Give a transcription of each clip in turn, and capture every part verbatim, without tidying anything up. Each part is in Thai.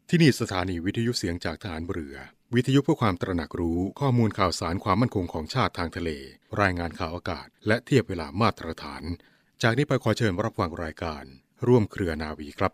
ที่นี่สถานีวิทยุเสียงจากทหารเรือวิทยุเพื่อความตระหนักรู้ข้อมูลข่าวสารความมั่นคงของชาติทางทะเลรายงานข่าวอากาศและเทียบเวลามาตรฐานจากนี้ไปขอเชิญรับฟังรายการร่วมเครือนาวีครับ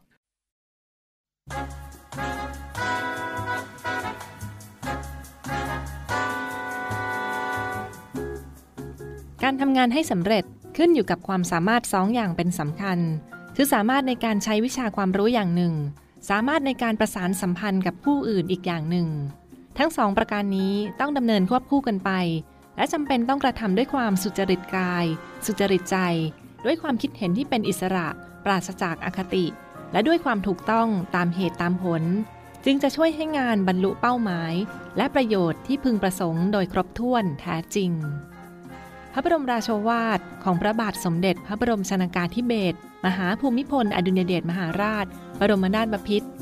การทำงานให้สำเร็จขึ้นอยู่กับความสามารถสองอย่างเป็นสำคัญคือสามารถในการใช้วิชาความรู้อย่างหนึ่งสามารถในการประสานสัมพันธ์กับผู้อื่นอีกอย่างหนึ่งทั้งสองประการนี้ต้องดำเนินควบคู่กันไปและจำเป็นต้องกระทำด้วยความสุจริตกายสุจริตใจด้วยความคิดเห็นที่เป็นอิสระปราศจากอคติและด้วยความถูกต้องตามเหตุตามผลจึงจะช่วยให้งานบรรลุเป้าหมายและประโยชน์ที่พึงประสงค์โดยครบถ้วนแท้จริงพระบรมราโชวาทของพระบาทสมเด็จพระบรมชนกาธิเบศรมหาภูมิพลอดุลยเดชมหาราชบรมนาถบพิตร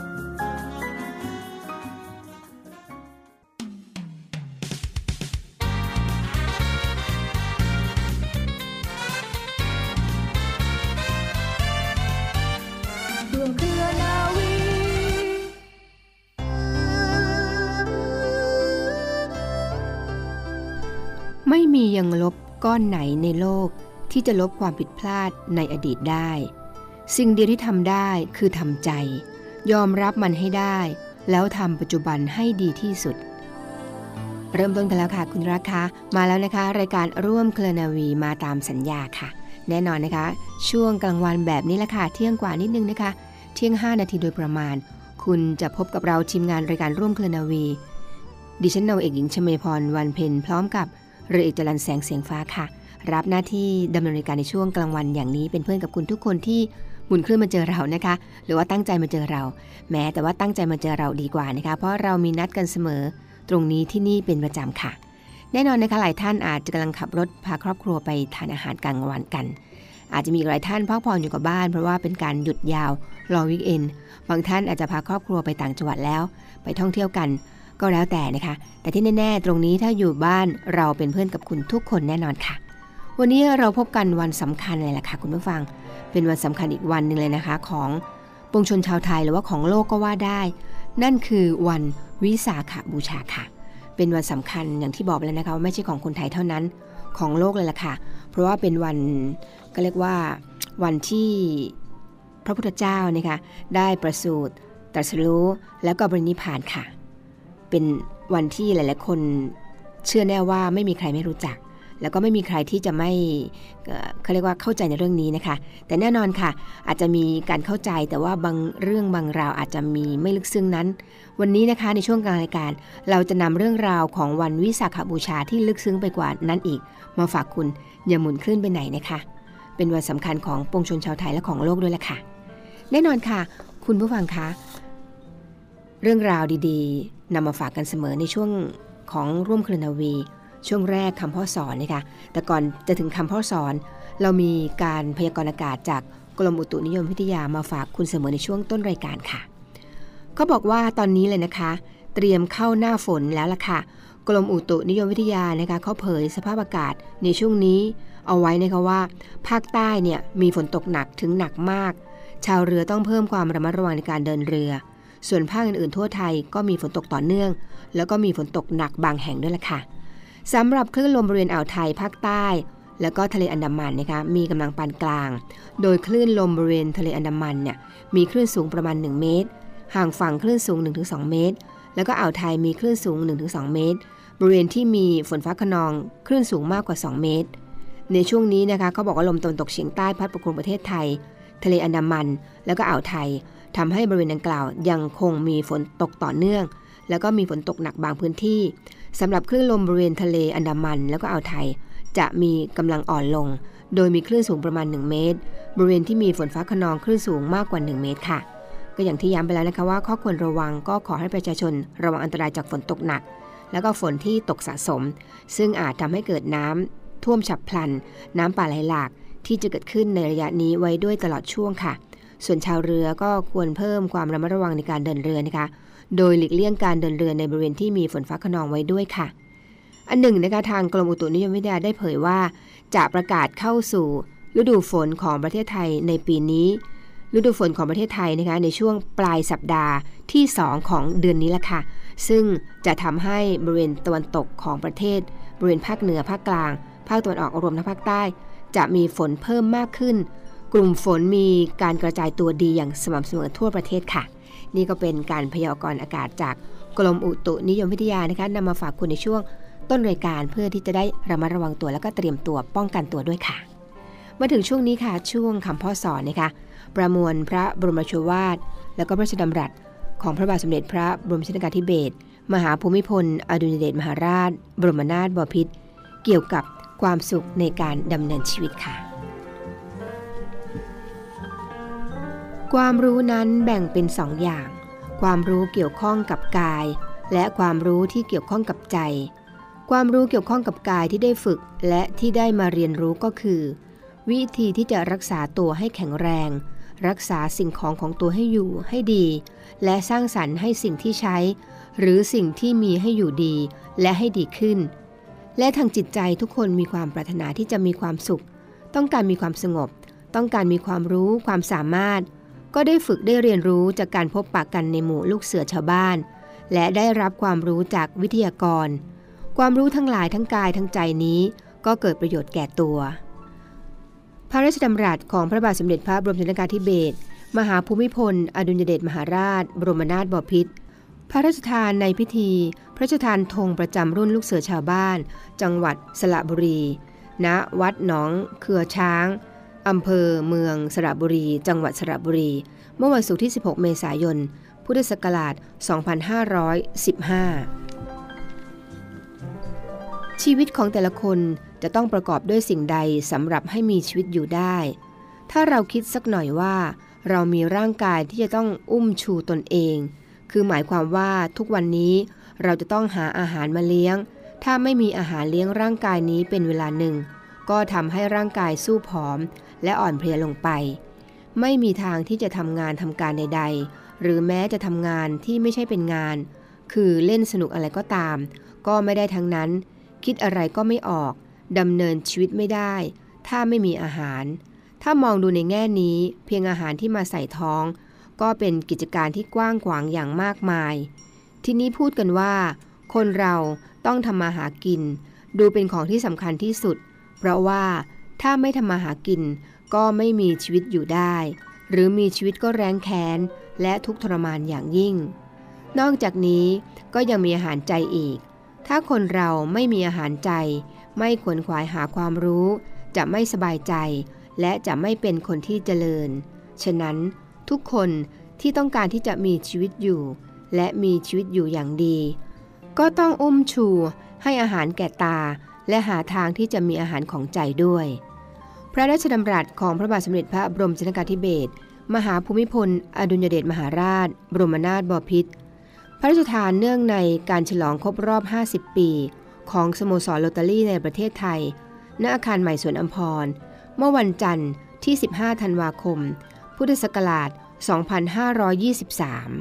ไม่มียังลบก้อนไหนในโลกที่จะลบความผิดพลาดในอดีตได้สิ่งเดียวที่ทำได้คือทำใจยอมรับมันให้ได้แล้วทำปัจจุบันให้ดีที่สุดเริ่มต้นกันแล้วค่ะคุณรักคะมาแล้วนะคะรายการร่วมเครือนาวีมาตามสัญญาค่ะแน่นอนนะคะช่วงกลางวันแบบนี้แหละค่ะเที่ยงกว่านิดนึงนะคะเที่ยงห้านาทีโดยประมาณคุณจะพบกับเราทีมงานรายการร่วมเครือนาวีดิฉันนาวเอกหญิงชเมพรวันเพ็ญพร้อมกับเรือเอกจรัญแสงเสียงฟ้าค่ะรับหน้าที่ดำเนินรายการในช่วงกลางวันอย่างนี้เป็นเพื่อนกับคุณทุกคนที่หมุนคลื่นมาเจอเรานะคะหรือว่าตั้งใจมาเจอเราแม้แต่ว่าตั้งใจมาเจอเราดีกว่านะคะเพราะเรามีนัดกันเสมอตรงนี้ที่นี่เป็นประจำค่ะแน่นอนนะคะหลายท่านอาจจะกำลังขับรถพาครอบครัวไปทานอาหารกลางวันกันอาจจะมีหลายท่านพักผ่อนอยู่กับบ้านเพราะว่าเป็นการหยุดยาวรอวีคเอนด์บางท่านอาจจะพาครอบครัวไปต่างจังหวัดแล้วไปท่องเที่ยวกันก็แล้วแต่นะคะแต่ที่แน่ๆตรงนี้ถ้าอยู่บ้านเราเป็นเพื่อนกับคุณทุกคนแน่นอนค่ะวันนี้เราพบกันวันสำคัญเลยล่ะค่ะคุณผู้ฟังเป็นวันสำคัญอีกวันนึงเลยนะคะของปวงชนชาวไทยหรือว่าของโลกก็ว่าได้นั่นคือวันวิสาขบูชาค่ะเป็นวันสำคัญอย่างที่บอกแล้วนะคะว่าไม่ใช่ของคนไทยเท่านั้นของโลกเลยล่ะค่ะเพราะว่าเป็นวันก็เรียกว่าวันที่พระพุทธเจ้านะคะได้ประสูติตรัสรู้แล้วก็ปรินิพพานค่ะเป็นวันที่หลายๆคนเชื่อแน่ว่าไม่มีใครไม่รู้จักแล้วก็ไม่มีใครที่จะไม่เขาเรียกว่าเข้าใจในเรื่องนี้นะคะแต่แน่นอนค่ะอาจจะมีการเข้าใจแต่ว่าบางเรื่องบางราวอาจจะมีไม่ลึกซึ้งนั้นวันนี้นะคะในช่วงกลางรายการเราจะนำเรื่องราวของวันวิสาขบูชาที่ลึกซึ้งไปกว่านั้นอีกมาฝากคุณอย่าหมุนคลื่นไปไหนนะคะเป็นวันสำคัญของปวงชนชาวไทยและของโลกด้วยล่ะค่ะแน่นอนค่ะคุณผู้ฟังคะเรื่องราวดีๆนำมาฝากกันเสมอในช่วงของร่วมเครือนาวีช่วงแรกคำพ่อสอนนะคะแต่ก่อนจะถึงคำพ่อสอนเรามีการพยากรณ์อากาศจากกรมอุตุนิยมวิทยามาฝากคุณเสมอในช่วงต้นรายการค่ะเขาบอกว่าตอนนี้เลยนะคะเตรียมเข้าหน้าฝนแล้วล่ะค่ะกรมอุตุนิยมวิทยานะคะเขาเผยสภาพอากาศในช่วงนี้เอาไว้นะคะว่าภาคใต้เนี่ยมีฝนตกหนักถึงหนักมากชาวเรือต้องเพิ่มความระมัดระวังในการเดินเรือส่วนภาคอื่นๆทั่วไทยก็มีฝนตกต่อเนื่องแล้วก็มีฝนตกหนักบางแห่งด้วยล่ะค่ะสำหรับคลื่นลมบริเวณอ่าวไทยภาคใต้แล้วก็ทะเลอันดามันนะคะมีกำลังปานกลางโดยคลื่นลมบริเวณทะเลอันดามันเนี่ยมีคลื่นสูงประมาณหนึ่งเมตรห่างฝั่งคลื่นสูง หนึ่งถึงสอง เมตรแล้วก็อ่าวไทยมีคลื่นสูง หนึ่งถึงสอง เมตรบริเวณที่มีฝนฟ้าคะนองคลื่นสูงมากกว่าสองเมตรในช่วงนี้นะคะเขาบอกว่าลมตะวันตกเฉียงใต้พัดปกคลุมประเทศไทยทะเลอันดามันแล้วก็อ่าวไทยทำให้บริเวณดังกล่าวยังคงมีฝนตกต่อเนื่องแล้วก็มีฝนตกหนักบางพื้นที่สำหรับคลื่นลมบริเวณทะเลอันดามันแล้วก็อ่าวไทยจะมีกำลังอ่อนลงโดยมีคลื่นสูงประมาณหนึ่งเมตรบริเวณที่มีฝนฟ้าคะนองคลื่นสูงมากกว่าหนึ่งเมตรค่ะก็อย่างที่ย้ำไปแล้วนะคะว่าข้อควรระวังก็ขอให้ประชาชนระวังอันตรายจากฝนตกหนักแล้วก็ฝนที่ตกสะสมซึ่งอาจทำให้เกิดน้ำท่วมฉับพลันน้ำป่าไหลหลากที่จะเกิดขึ้นในระยะนี้ไว้ด้วยตลอดช่วงค่ะส่วนชาวเรือก็ควรเพิ่มความระมัดระวังในการเดินเรือนะคะโดยหลีกเลี่ยงการเดินเรือในบริเวณที่มีฝนฟ้าคะนองไว้ด้วยค่ะอันหนึ่งนะคะทางกรมอุตุนิยมวิทยาได้เผยว่าจะประกาศเข้าสู่ฤดูฝนของประเทศไทยในปีนี้ฤดูฝนของประเทศไทยนะคะในช่วงปลายสัปดาห์ที่สองของเดือนนี้ละค่ะซึ่งจะทำให้บริเวณตะวันตกของประเทศบริเวณภาคเหนือภาคกลางภาคตะวันออกรวมทั้งภาคใต้จะมีฝนเพิ่มมากขึ้นกลุ่มฝนมีการกระจายตัวดีอย่างสม่ำเสมอทั่วประเทศค่ะนี่ก็เป็นการพยากรณ์อากาศจากกรมอุตุนิยมวิทยานะคะนำมาฝากคุณในช่วงต้นรายการเพื่อที่จะได้ระมัดระวังตัวแล้วก็เตรียมตัวป้องกันตัวด้วยค่ะมาถึงช่วงนี้ค่ะช่วงคำพ่อสอนนะคะประมวลพระบรมโชวาทแล้วก็พระราชดำรัสของพระบาทสมเด็จพระบรมชนกาธิเบศรมหาภูมิพลอดุลยเดชมหาราชบรมนาถบพิตรเกี่ยวกับความสุขในการดำเนินชีวิตค่ะความรู้นั้นแบ่งเป็นสองอย่างความรู้เกี่ยวข้องกับกายและความรู้ที่เกี่ยวข้องกับใจความรู้เกี่ยวข้องกับกายที่ได้ฝึกและที่ได้มาเรียนรู้ก็คือวิธีที่จะรักษาตัวให้แข็งแรงรักษาสิ่งของของตัวให้อยู่ให้ดีและสร้างสรรค์ให้สิ่งที่ใช้หรือสิ่งที่มีให้อยู่ดีและให้ดีขึ้นและทางจิตใจทุกคนมีความปรารถนาที่จะมีความสุขต้องการมีความสงบต้องการมีความรู้ความสามารถก็ได้ฝึกได้เรียนรู้จากการพบปะกันในหมู่ลูกเสือชาวบ้านและได้รับความรู้จากวิทยากรความรู้ทั้งหลายทั้งกายทั้งใจนี้ก็เกิดประโยชน์แก่ตัวพระราชดำรัสของพระบาทสมเด็จพระบรมชนกาธิเบศรมหาภูมิพลอดุลยเดชมหาราชบรมนาถบพิตรพระราชทานในพิธีพระราชทานธงประจำรุ่นลูกเสือชาวบ้านจังหวัดสระบุรีณวัดหนองเขือช้างอำเภอเมืองสระบุรีจังหวัดสระบุรีเมื่อวันศุกร์ที่สิบหกเมษายนพุทธศักราชสองพันห้าร้อยสิบห้าชีวิตของแต่ละคนจะต้องประกอบด้วยสิ่งใดสำหรับให้มีชีวิตอยู่ได้ถ้าเราคิดสักหน่อยว่าเรามีร่างกายที่จะต้องอุ้มชูตนเองคือหมายความว่าทุกวันนี้เราจะต้องหาอาหารมาเลี้ยงถ้าไม่มีอาหารเลี้ยงร่างกายนี้เป็นเวลาหนึ่งก็ทำให้ร่างกายสู้ผอมและอ่อนเพลียลงไปไม่มีทางที่จะทำงานทำการใดๆหรือแม้จะทำงานที่ไม่ใช่เป็นงานคือเล่นสนุกอะไรก็ตามก็ไม่ได้ทั้งนั้นคิดอะไรก็ไม่ออกดำเนินชีวิตไม่ได้ถ้าไม่มีอาหารถ้ามองดูในแง่นี้เพียงอาหารที่มาใส่ท้องก็เป็นกิจการที่กว้างขวางอย่างมากมายทีนี้พูดกันว่าคนเราต้องทำมาหากินดูเป็นของที่สำคัญที่สุดเพราะว่าถ้าไม่ทำมาหากินก็ไม่มีชีวิตอยู่ได้หรือมีชีวิตก็แร้นแค้นและทุกข์ทรมานอย่างยิ่งนอกจากนี้ก็ยังมีอาหารใจอีกถ้าคนเราไม่มีอาหารใจไม่ขวนขวายหาความรู้จะไม่สบายใจและจะไม่เป็นคนที่เจริญฉะนั้นทุกคนที่ต้องการที่จะมีชีวิตอยู่และมีชีวิตอยู่อย่างดีก็ต้องอุ้มชูให้อาหารแก่ตาและหาทางที่จะมีอาหารของใจด้วยพระราชดำรัสของพระบาทสมเด็จพระบรมชนกาธิเบศรมหาภูมิพลอดุลยเดชมหาราชบรมนาถบพิตรพระราชทานเนื่องในการฉลองครบรอบห้าสิบปีของสโมสรโรตารี่ในประเทศไทยณอาคารใหม่สวนอัมพรเมื่อวันจันทร์ที่สิบห้าธันวาคมพุทธศักราชสองพันห้าร้อยยี่สิบสาม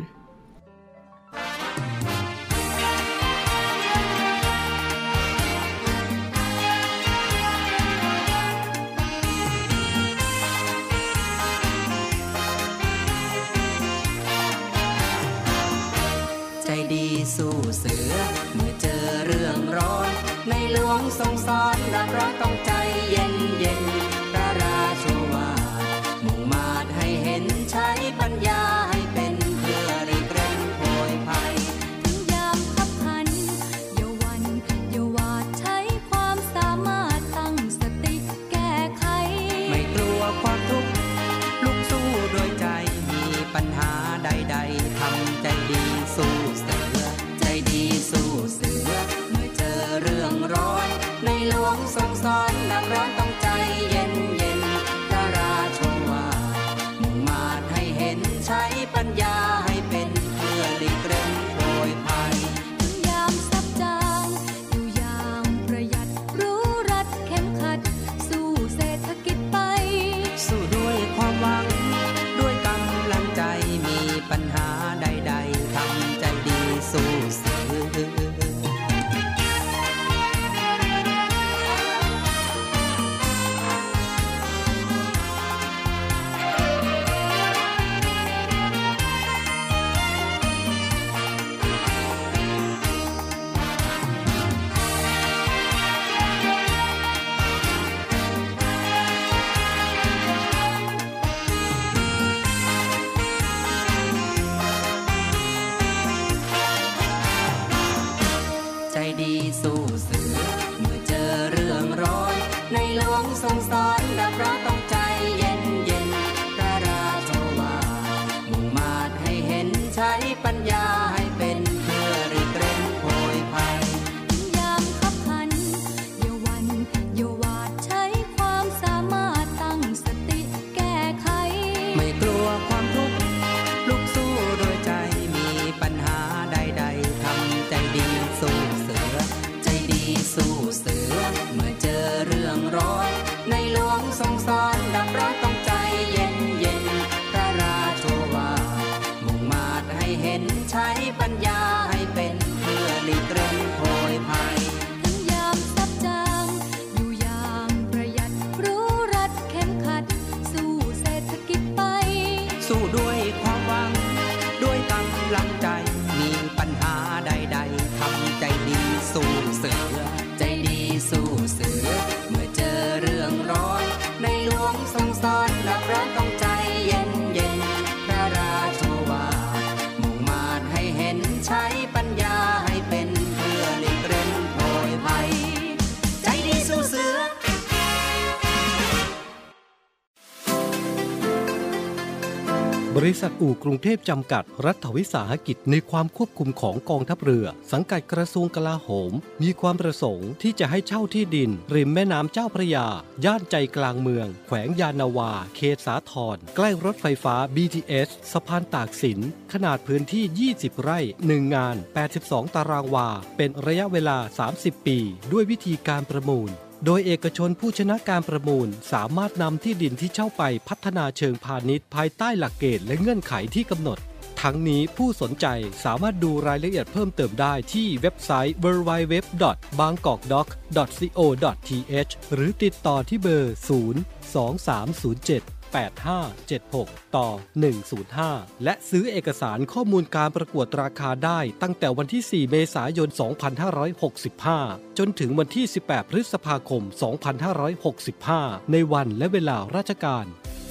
ใจดีสู้เสือเมื่อเจอเรื่องร้อนในหลวงทรงสอนดับร้อนต้องใจเย็นเย็นพระราชวาทมุ่งมาดให้เห็นใช้ปัญญาให้เป็นเพื่อหลีกเล่นโผยภัยถึงยามขับขันอย่าหวั่นอย่าหวาดใช้ความสามารถตั้งสติแก้ไขไม่กลัวความทุกข์ลุกสู้โดยใจมีปัญหาใดๆทำใจดีสู้เสือใจดีสู้เสือเมื่อเจอเรื่องร้อนในหลวงทรงสอนดับร้อนต้องใจเย็นเย็นพระราชวาทมุ่งมาดให้เห็นใช้ปัญญาให้เป็นเพื่อหลีกเล่นโผยภัยยามสับจางอยู่อย่างประหยัดรู้รัดเข้มขัดสู้เศรษฐกิจไปสู้ด้วยความหวังด้วยกำลังใจมีปัญหาใดๆทำใจดีสู้เสือปัญญาให้เป็นเพื่อหลีกเล่นโผยภัยถึงยามซับจางอยู่อย่างประหยัดรู้รัดเข้มขัดสู้เศรษฐกิจไปสู้ด้วยความหวังด้วยกำลังใจมีปัญหาใดๆทำใจดีสู้เสือใจดีสู้เสือเมื่อเจอเรื่องร้อนในหลวงทรงสอนรับร้อนต้องใจเย็นเย็นพระราชวาทมุ่งมาดให้เห็นใช้ปัญญาให้เป็นเพื่อหลีกเล่นโผยภัยใจดีสู้เสือบริษัทอู่กรุงเทพจำกัดรัฐวิสาหกิจในความควบคุมของกองทัพเรือสังกัดกระทรวงกลาโหมมีความประสงค์ที่จะให้เช่าที่ดินริมแม่น้ำเจ้าพระยาย่านใจกลางเมืองแขวงยานนาวาเขตสาทรใกล้รถไฟฟ้า บี ที เอส สะพานตากสินขนาดพื้นที่ยี่สิบไร่หนึ่งงานแปดสิบสองตารางวาเป็นระยะเวลาสามสิบปีด้วยวิธีการประมูลโดยเอกชนผู้ชนะการประมูลสามารถนำที่ดินที่เช่าไปพัฒนาเชิงพาณิชย์ภายใต้หลักเกณฑ์และเงื่อนไขที่กำหนดทั้งนี้ผู้สนใจสามารถดูรายละเอียดเพิ่มเติมได้ที่เว็บไซต์ ดับเบิลยู ดับเบิลยู ดับเบิลยู ดอท บางกอกด็อก ดอท ซี โอ ดอท ที เอช หรือติดต่อที่เบอร์ ศูนย์ สอง สาม ศูนย์ เจ็ด แปด ห้า เจ็ด หก ต่อ หนึ่ง ศูนย์ ห้า และซื้อเอกสารข้อมูลการประกวดราคาได้ตั้งแต่วันที่ สี่ เมษายน สองพันห้าร้อยหกสิบห้า จนถึงวันที่ สิบแปด พฤษภาคม สองพันห้าร้อยหกสิบห้า ในวันและเวลาราชการ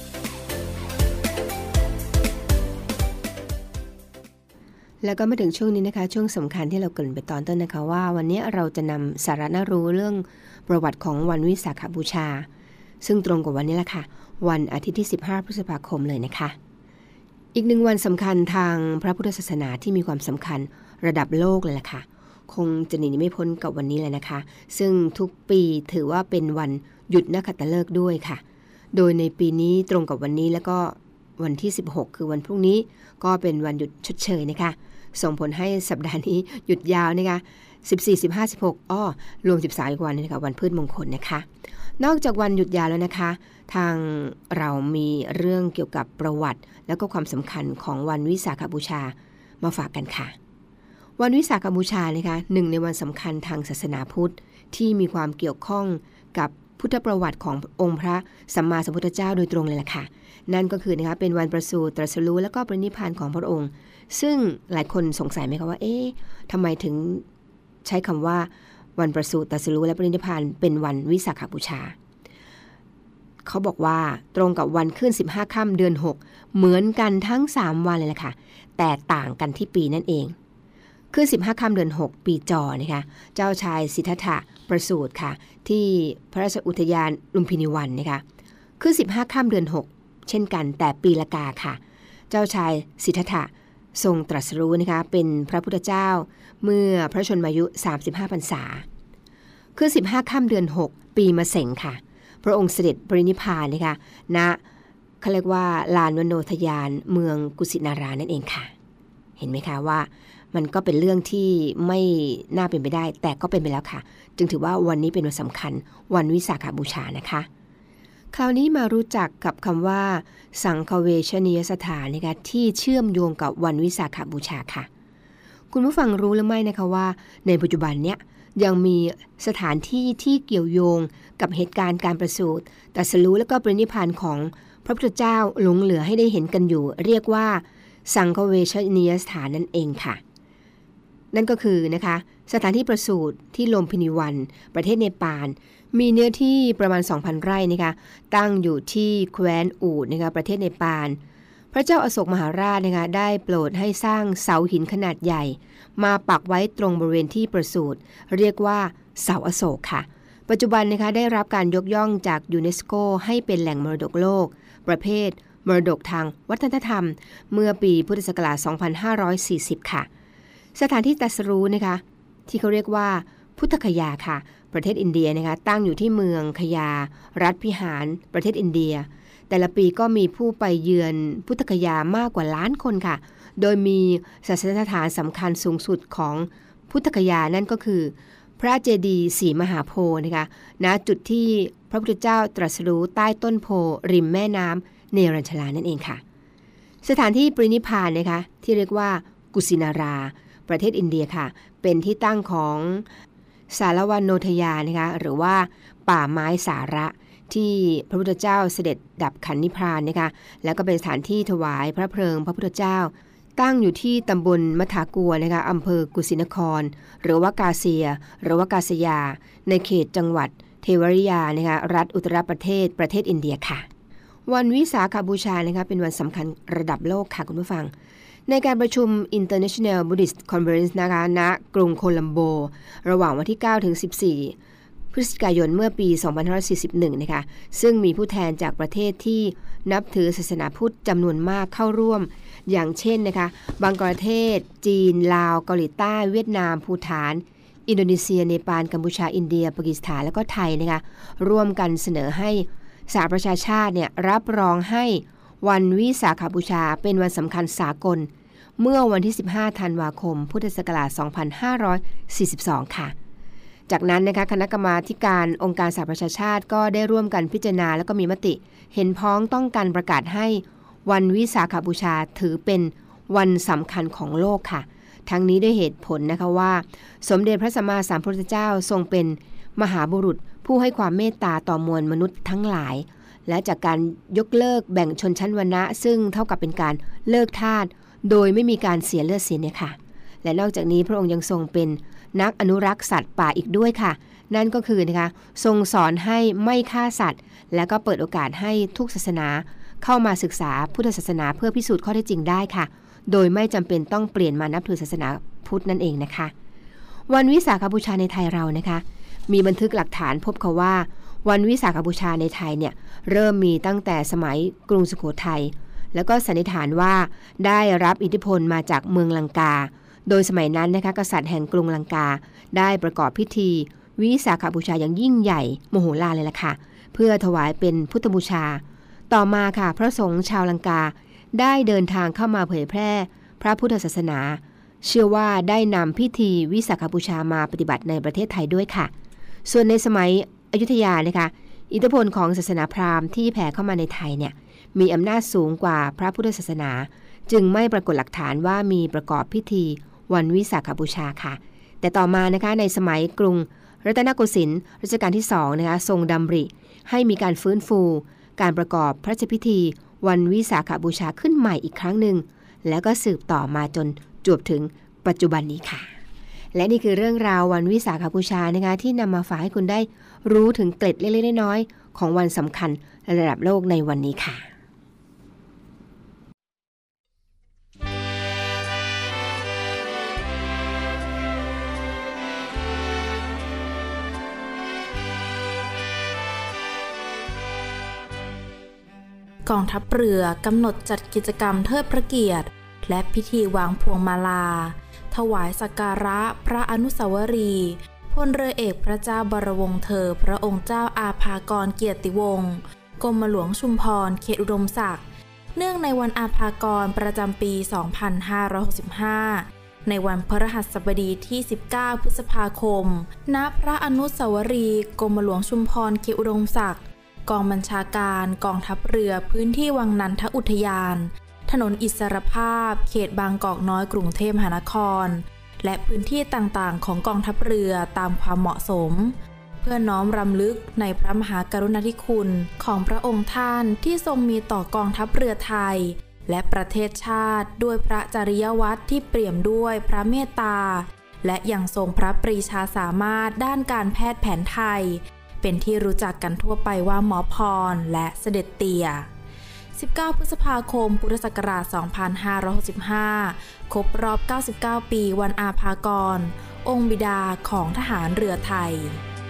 แล้วก็มาถึงช่วงนี้นะคะช่วงสำคัญที่เราเกริ่นไปตอนต้นนะคะว่าวันนี้เราจะนำสาระน่ารู้เรื่องประวัติของวันวิสาขบูชาซึ่งตรงกับวันนี้แหละค่ะวันอาทิตย์ที่สิบห้าพฤษภาคมเลยนะคะอีกหนึ่งวันสำคัญทางพระพุทธศาสนาที่มีความสำคัญระดับโลกเลยล่ะค่ะคงจะหนีไม่พ้นกับวันนี้เลยนะคะซึ่งทุกปีถือว่าเป็นวันหยุดนักขัตฤกษ์ด้วยค่ะโดยในปีนี้ตรงกับวันนี้แล้วก็วันที่สิบหกคือวันพรุ่งนี้ก็เป็นวันหยุดชดเชยนะคะส่งผลให้สัปดาห์นี้หยุดยาวนะคะสิบสี่ สิบห้า สิบหกอ้อรวมสิบสามอีกวันนึงนะคะวันพืชมงคลนะคะนอกจากวันหยุดยาวแล้วนะคะทางเรามีเรื่องเกี่ยวกับประวัติแล้วก็ความสำคัญของวันวิสาขบูชามาฝากกันค่ะวันวิสาขบูชานะคะหนึ่งในวันสำคัญทางศาสนาพุทธที่มีความเกี่ยวข้องกับพุทธประวัติขององค์พระสัมมาสัมพุทธเจ้าโดยตรงเลยล่ะค่ะนั่นก็คือนะคะเป็นวันประสูติตรัสรู้และก็ปรินิพพานของพระองค์ซึ่งหลายคนสงสัยไหมคะว่าเอ๊ะทำไมถึงใช้คำว่าวันประสูติตรัสรู้และปรินิพพานเป็นวันวิสาขบูชาเขาบอกว่าตรงกับวันขึ้นสิบห้าค่ำเดือนหกเหมือนกันทั้งสามวันเลยล่ะค่ะแต่ต่างกันที่ปีนั่นเองขึ้นสิบห้าค่ำเดือนหกปีจอนะคะเจ้าชายสิทธัตถะประสูติค่ะที่พระราชอุทยานลุมพินีวันนะคะขึ้นสิบห้าค่ำเดือนหกเช่นกันแต่ปีละกาค่ะเจ้าชายสิทธัตถะทรงตรัสรู้นะคะเป็นพระพุทธเจ้าเมื่อพระชนมายุสามสิบห้าพรรษาคือสิบห้าค่ำเดือนหกปีมะเส็งค่ะพระองค์เสด็จปรินิพพานนะคะณเขาเรียกว่าลานวโนทยานเมืองกุสินารานั่นเองค่ะเห็นไหมคะว่ามันก็เป็นเรื่องที่ไม่น่าเป็นไปได้แต่ก็เป็นไปแล้วค่ะจึงถือว่าวันนี้เป็นวันสำคัญวันวิสาขบูชานะคะคราวนี้มารู้จักกับคำว่าสังฆเวชนียสถานนะคะที่เชื่อมโยงกับวันวิสาขบูชาค่ะคุณผู้ฟังรู้หรือไม่นะคะว่าในปัจจุบันเนี้ยยังมีสถานที่ที่เกี่ยวโยงกับเหตุการณ์การประสูติตรัสรู้และก็ปรินิพพานของพระพุทธเจ้าหลงเหลือให้ได้เห็นกันอยู่เรียกว่าสังฆเวชนียสถานนั่นเองค่ะนั่นก็คือนะคะสถานที่ประสูติที่ลุมพินีวันประเทศเนปาลมีเนื้อที่ประมาณ สองพัน ไร่นะคะตั้งอยู่ที่แคว้นอูฐนะคะประเทศเนปาลพระเจ้าอโศกมหาราชนะคะได้โปรดให้สร้างเสาหินขนาดใหญ่มาปักไว้ตรงบริเวณที่ประสูติเรียกว่าเสาอโศกค่ะปัจจุบันนะคะได้รับการยกย่องจากยูเนสโกให้เป็นแหล่งมรดกโลกประเภทมรดกทางวัฒนธรรมเมื่อปีพุทธศักราช สองพันห้าร้อยสี่สิบ ค่ะสถานที่ตรัสรู้นะคะที่เขาเรียกว่าพุทธคยาค่ะประเทศอินเดียนะคะตั้งอยู่ที่เมืองคยารัฐพิหารประเทศอินเดียแต่ละปีก็มีผู้ไปเยือนพุทธคยามากกว่าล้านคนค่ะโดยมีศาสนสถานสำคัญสูงสุดของพุทธคยานั่นก็คือพระเจดีย์ศรีมหาโพธิ์นะคะณจุดที่พระพุทธเจ้าตรัสรู้ใต้ต้นโพริมแม่น้ำเนรัญชลานั่นเองค่ะสถานที่ปรินิพพานนะคะที่เรียกว่ากุกุสินาราประเทศอินเดียค่ะเป็นที่ตั้งของสารวันโนทยานะคะหรือว่าป่าไม้สาระที่พระพุทธเจ้าเสด็จดับขันนิพพานนะคะแล้วก็เป็นสถานที่ถวายพระเพลิงพระพุทธเจ้าตั้งอยู่ที่ตำบลมะถากัวนะคะอำเภอกุสินครหรือว่ากาเซียหรือว่ากาษยาในเขตจังหวัดเทวริยานะคะรัฐอุตตรประเทศประเทศอินเดียค่ะวันวิสาขบูชานะคะเป็นวันสำคัญระดับโลกค่ะคุณผู้ฟังในการประชุม International Buddhist Conference นะคะณกรุงโคลัมโบระหว่างวันที่เก้าถึงสิบสี่พฤศจิกายนเมื่อปีสองพันห้าร้อยสี่สิบเอ็ดนะคะซึ่งมีผู้แทนจากประเทศที่นับถือศาสนาพุทธจำนวนมากเข้าร่วมอย่างเช่นนะคะบังกลาเทศจีนลาวเกาหลีใต้เวียดนามภูฏานอินโดนีเซียเนปาลกัมพูชาอินเดียปากีสถานและก็ไทยนะคะร่วมกันเสนอให้สหประชาชาติเนี่ยรับรองให้วันวิสาขบูชาเป็นวันสำคัญสากลเมื่อวันที่สิบห้าธันวาคมพุทธศักราชสองพันห้าร้อยสี่สิบสองค่ะจากนั้นนะคะคณะกรรมาการองค์การสหประชาชาติก็ได้ร่วมกันพิจารณาแล้วก็มีมติเห็นพ้องต้องการประกาศให้วันวิสาขบูชาถือเป็นวันสำคัญของโลกค่ะทั้งนี้ด้วยเหตุผลนะคะว่าสมเด็จพระสัมมาสัมพุทธเจ้าทรงเป็นมหาบุรุษผู้ให้ความเมตตาต่อมวลมนุษย์ทั้งหลายและจากการยกเลิกแบ่งชนชั้นวรรณะซึ่งเท่ากับเป็นการเลิกทาสโดยไม่มีการเสียเลือดเสียเนี่ยค่ะและนอกจากนี้พระองค์ยังทรงเป็นนักอนุรักษ์สัตว์ป่าอีกด้วยค่ะนั่นก็คือนะคะทรงสอนให้ไม่ฆ่าสัตว์และก็เปิดโอกาสให้ทุกศาสนาเข้ามาศึกษาพุทธศาสนาเพื่อพิสูจน์ข้อเท็จจริงได้ค่ะโดยไม่จำเป็นต้องเปลี่ยนมานับถือศาสนาพุทธนั่นเองนะคะวันวิสาขบูชาในไทยเรานะคะมีบันทึกหลักฐานพบค่ะว่าวันวิสาขบูชาในไทยเนี่ยเริ่มมีตั้งแต่สมัยกรุงสุโขทัยแล้วก็สันนิษฐานว่าได้รับอิทธิพลมาจากเมืองลังกาโดยสมัยนั้นนะคะกษัตริย์แห่งกรุงลังกาได้ประกอบพิธีวิสาขบูชาอย่างยิ่งใหญ่โมโหลารเลยล่ะค่ะเพื่อถวายเป็นพุทธบูชาต่อมาค่ะพระสงฆ์ชาวลังกาได้เดินทางเข้ามาเผยแพร่พระพุทธศาสนาเชื่อว่าได้นำพิธีวิสาขบูชามาปฏิบัติในประเทศไทยด้วยค่ะส่วนในสมัยอยุธยานะคะอิทธิพลของศาสนาพราหมณ์ที่แผ่เข้ามาในไทยเนี่ยมีอำนาจสูงกว่าพระพุทธศาสนาจึงไม่ปรากฏหลักฐานว่ามีประกอบพิธีวันวิสาขบูชาค่ะแต่ต่อมานะคะในสมัยกรุงรัตนโกสินทร์รัชกาลที่สองนะคะทรงดำริให้มีการฟื้นฟูการประกอบพระราชพิธีวันวิสาขบูชาขึ้นใหม่อีกครั้งหนึ่งแล้วก็สืบต่อมาจนจวบถึงปัจจุบันนี้ค่ะและนี่คือเรื่องราววันวิสาขบูชานะคะที่นำมาฝากให้คุณได้รู้ถึงเกร็ดเล็กๆน้อยๆของวันสำคัญระดับโลกในวันนี้ค่ะกองทัพเรือกำหนดจัดกิจกรรมเทิดพระเกียรติและพิธีวางพวงมาลาถวายสักการะพระอนุสาวรีย์พลเรือเอกพระเจ้าบรวงศ์เธอพระองค์เจ้าอาภากรเกียรติวงศ์กรมหลวงชุมพรเขตอุดมศักดิ์เนื่องในวันอาภากรประจำปี สองพันห้าร้อยหกสิบห้า ในวันพฤหัสบดีที่ สิบเก้า พฤษภาคมณพระอนุสาวรีย์กรมหลวงชุมพรเขตอุดมศักดิ์กองบัญชาการกองทัพเรือพื้นที่วังนันทอุทยานถนนอิสรภาพเขตบางกอกน้อยกรุงเทพมหานครและพื้นที่ต่างๆของกองทัพเรือตามความเหมาะสมเพื่อน้อมรำลึกในพระมหากรุณาธิคุณของพระองค์ท่านที่ทรงมีต่อกองทัพเรือไทยและประเทศชาติด้วยพระจริยวัตรที่เปี่ยมด้วยพระเมตตาและยังทรงพระปรีชาสามารถด้านการแพทย์แผนไทยเป็นที่รู้จักกันทั่วไปว่าหมอพรและเสด็จเตี่ยสิบเก้า พฤษภาคมพุทธศักราช สองพันห้าร้อยหกสิบห้า ครบรอบ เก้าสิบเก้า ปีวันอาภากรองค์บิดาของทหารเรือไทย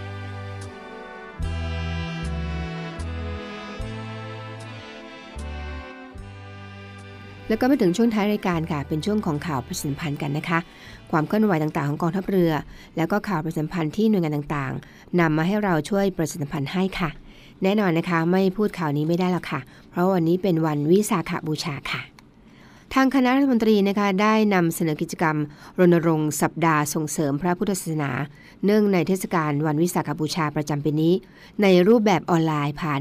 แล้วก็มาถึงช่วงท้ายรายการค่ะเป็นช่วงของข่าวประชาสัมพันธ์กันนะคะความเคลื่อนไหวต่างๆของกองทัพเรือแล้วก็ข่าวประชาสัมพันธ์ที่หน่วยงานต่างๆนำมาให้เราช่วยประชาสัมพันธ์ให้ค่ะแน่นอนนะคะไม่พูดข่าวนี้ไม่ได้หรอกค่ะเพราะวันนี้เป็นวันวิสาขบูชาค่ะทางคณะรัฐมนตรีนะคะได้นำเสนอกิจกรรมรณรงค์สัปดาห์ส่งเสริมพระพุทธศาสนาเนื่องในเทศกาลวันวิสาขบูชาประจำปีนี้ในรูปแบบออนไลน์ผ่าน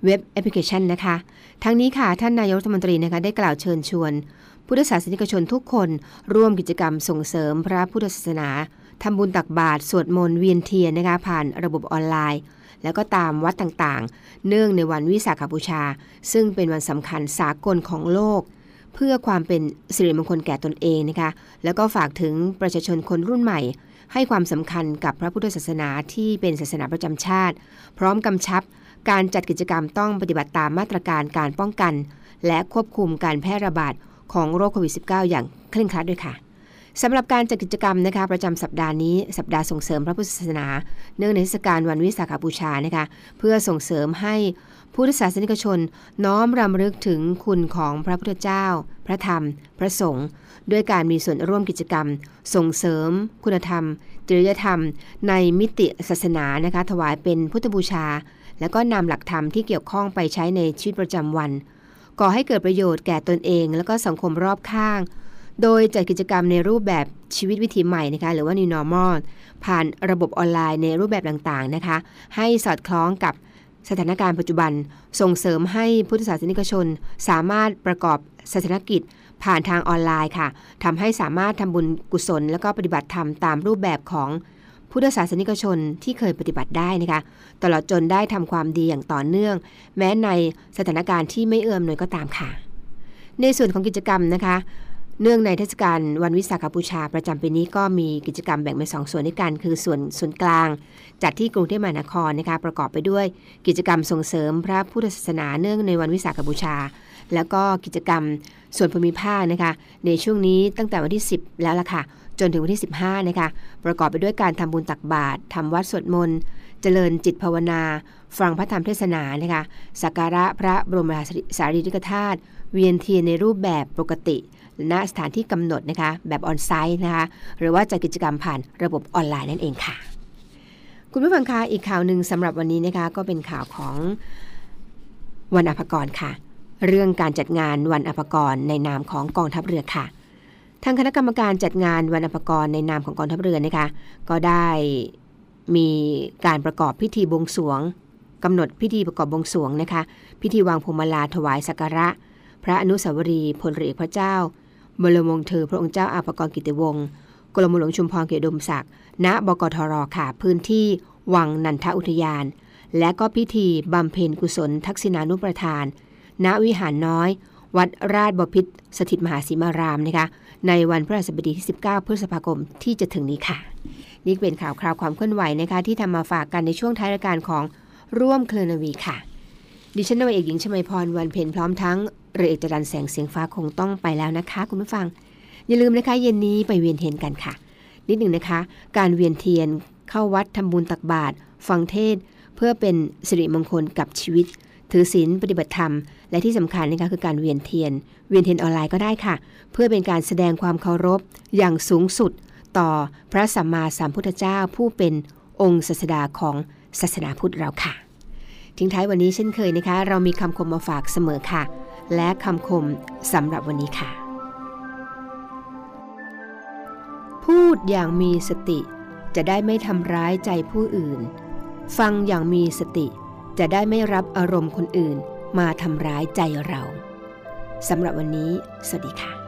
เว็บแอปพลิเคชันนะคะทั้งนี้ค่ะท่านนายกรัฐมนตรีนะคะได้กล่าวเชิญชวนพุทธศาสนิกชนทุกคนร่วมกิจกรรมส่งเสริมพระพุทธศาสนาทำบุญตักบาตรสวดมนต์เวียนเทียนนะคะผ่านระบบออนไลน์แล้วก็ตามวัดต่างๆเนื่องในวันวิสาขบูชาซึ่งเป็นวันสำคัญสากลของโลกเพื่อความเป็นสิริมงคลแก่ตนเองนะคะแล้วก็ฝากถึงประชาชนคนรุ่นใหม่ให้ความสำคัญกับพระพุทธศาสนาที่เป็นศาสนาประจำชาติพร้อมกำชับการจัดกิจกรรมต้องปฏิบัติตามมาตรการการป้องกันและควบคุมการแพร่ระบาดของโรคโควิด สิบเก้า อย่างเคร่งครัดด้วยค่ะสำหรับการจัดกิจกรรมนะคะประจำสัปดาห์นี้สัปดาห์ส่งเสริมพระพุทธศาสนาเนื่องในเทศกาลวันวิสาขบูชานะคะเพื่อส่งเสริมให้พุทธศาสนิกชนน้อมรำลึกถึงคุณของพระพุทธเจ้าพระธรรมพระสงฆ์ด้วยการมีส่วนร่วมกิจกรรมส่งเสริมคุณธรรมจริยธรรมในมิติศาสนานะคะถวายเป็นพุทธบูชาแล้วก็นำหลักธรรมที่เกี่ยวข้องไปใช้ในชีวิตประจำวันก่อให้เกิดประโยชน์แก่ตนเองแล้วก็สังคมรอบข้างโดยจัดกิจกรรมในรูปแบบชีวิตวิถีใหม่นะคะหรือว่า New Normal ผ่านระบบออนไลน์ในรูปแบบต่างๆนะคะให้สอดคล้องกับสถานการณ์ปัจจุบันส่งเสริมให้พุทธศาสนิกชนสามารถประกอบศาสนกิจผ่านทางออนไลน์ค่ะทำให้สามารถทำบุญกุศลแล้วก็ปฏิบัติธรรมตามรูปแบบของพุทธศาสนิกชนที่เคยปฏิบัติได้นะคะตลอดจนได้ทำความดีอย่างต่อเนื่องแม้ในสถานการณ์ที่ไม่เอื้อมหน่วยก็ตามค่ะในส่วนของกิจกรรมนะคะเนื่องในเทศกาลวันวิสาขบูชาประจำปีนี้ก็มีกิจกรรมแบ่งเป็นสองส่วนด้วยกันคือส่วนส่วนกลางจัดที่กรุงเทพมหานครนะคะประกอบไปด้วยกิจกรรมส่งเสริมพระพุทธศาสนาเนื่องในวันวิสาขบูชาแล้วก็กิจกรรมส่วนภูมิภาคนะคะในช่วงนี้ตั้งแต่วันที่สิบแล้วล่ะค่ะจนถึงวันที่สิบห้านะคะประกอบไปด้วยการทำบุญตักบาตรทำวัดสวดมนต์เจริญจิตภาวนาฟังพระธรรมเทศนานะคะสักการะพระบรมสารีริกธาตุเวียนเทียนในรูปแบบปกติณสถานที่กำหนดนะคะแบบออนไซต์นะคะหรือว่าจัดกิจกรรมผ่านระบบออนไลน์นั่นเองค่ะคุณผู้ฟังคะอีกข่าวหนึ่งสำหรับวันนี้นะคะก็เป็นข่าวของวันอภกรค่ะเรื่องการจัดงานวันอภกรในนามของกองทัพเรือค่ะทางคณะกรรมการจัดงานวันอภกรในนามของกองทัพเรือนะคะก็ได้มีการประกอบพิธีบวงสรวงกำหนดพิธีประกอบบวงสรวงนะคะพิธีวางพวงมาลาถวายสักการะพระอนุสาวรีย์พลเรือเอกพระเจ้าบรมวงศ์เธอพระองค์เจ้าอาภกรกิติวงศ์กรมหลวงชุมพรเกียรติอุดมศักดิ์ณบกทรค่ะพื้นที่วังนันทอุทยานและก็พิธีบำเพ็ญกุศลทักษิณานุประทานณวิหารน้อยวัดราชบพิตรสถิตมหาสีมารามนะคะในวันพฤหัสบดีที่สิบเก้าพฤษภาคมที่จะถึงนี้ค่ะนี่เป็นข่าวคราวความเคลื่อนไหวนะคะที่ทำมาฝากกันในช่วงท้ายรายการของร่วมเคลื่อนนาวีค่ะดิฉันนาวาเอกหญิงชมัยพรวันเพ็ญพร้อมทั้งเรือเอกจรัญแสงเสียงฟ้าคงต้องไปแล้วนะคะคุณผู้ฟังอย่าลืมนะคะเย็นนี้ไปเวียนเทียนกันค่ะนิดหนึ่งนะคะการเวียนเทียนเข้าวัดทำบุญตักบาตรฟังเทศเพื่อเป็นสิริมงคลกับชีวิตถือศีลปฏิบัติธรรมและที่สำคัญนะคะคือการเวียนเทียนเวียนเทียนออนไลน์ก็ได้ค่ะเพื่อเป็นการแสดงความเคารพอย่างสูงสุดต่อพระสัมมาสัมพุทธเจ้าผู้เป็นองค์ศาสดาของศาสนาพุทธเราค่ะทิ้งท้ายวันนี้เช่นเคยนะคะเรามีคำคมมาฝากเสมอค่ะและคำคมสำหรับวันนี้ค่ะพูดอย่างมีสติจะได้ไม่ทำร้ายใจผู้อื่นฟังอย่างมีสติจะได้ไม่รับอารมณ์คนอื่นมาทำร้ายใจเราสำหรับวันนี้สวัสดีค่ะ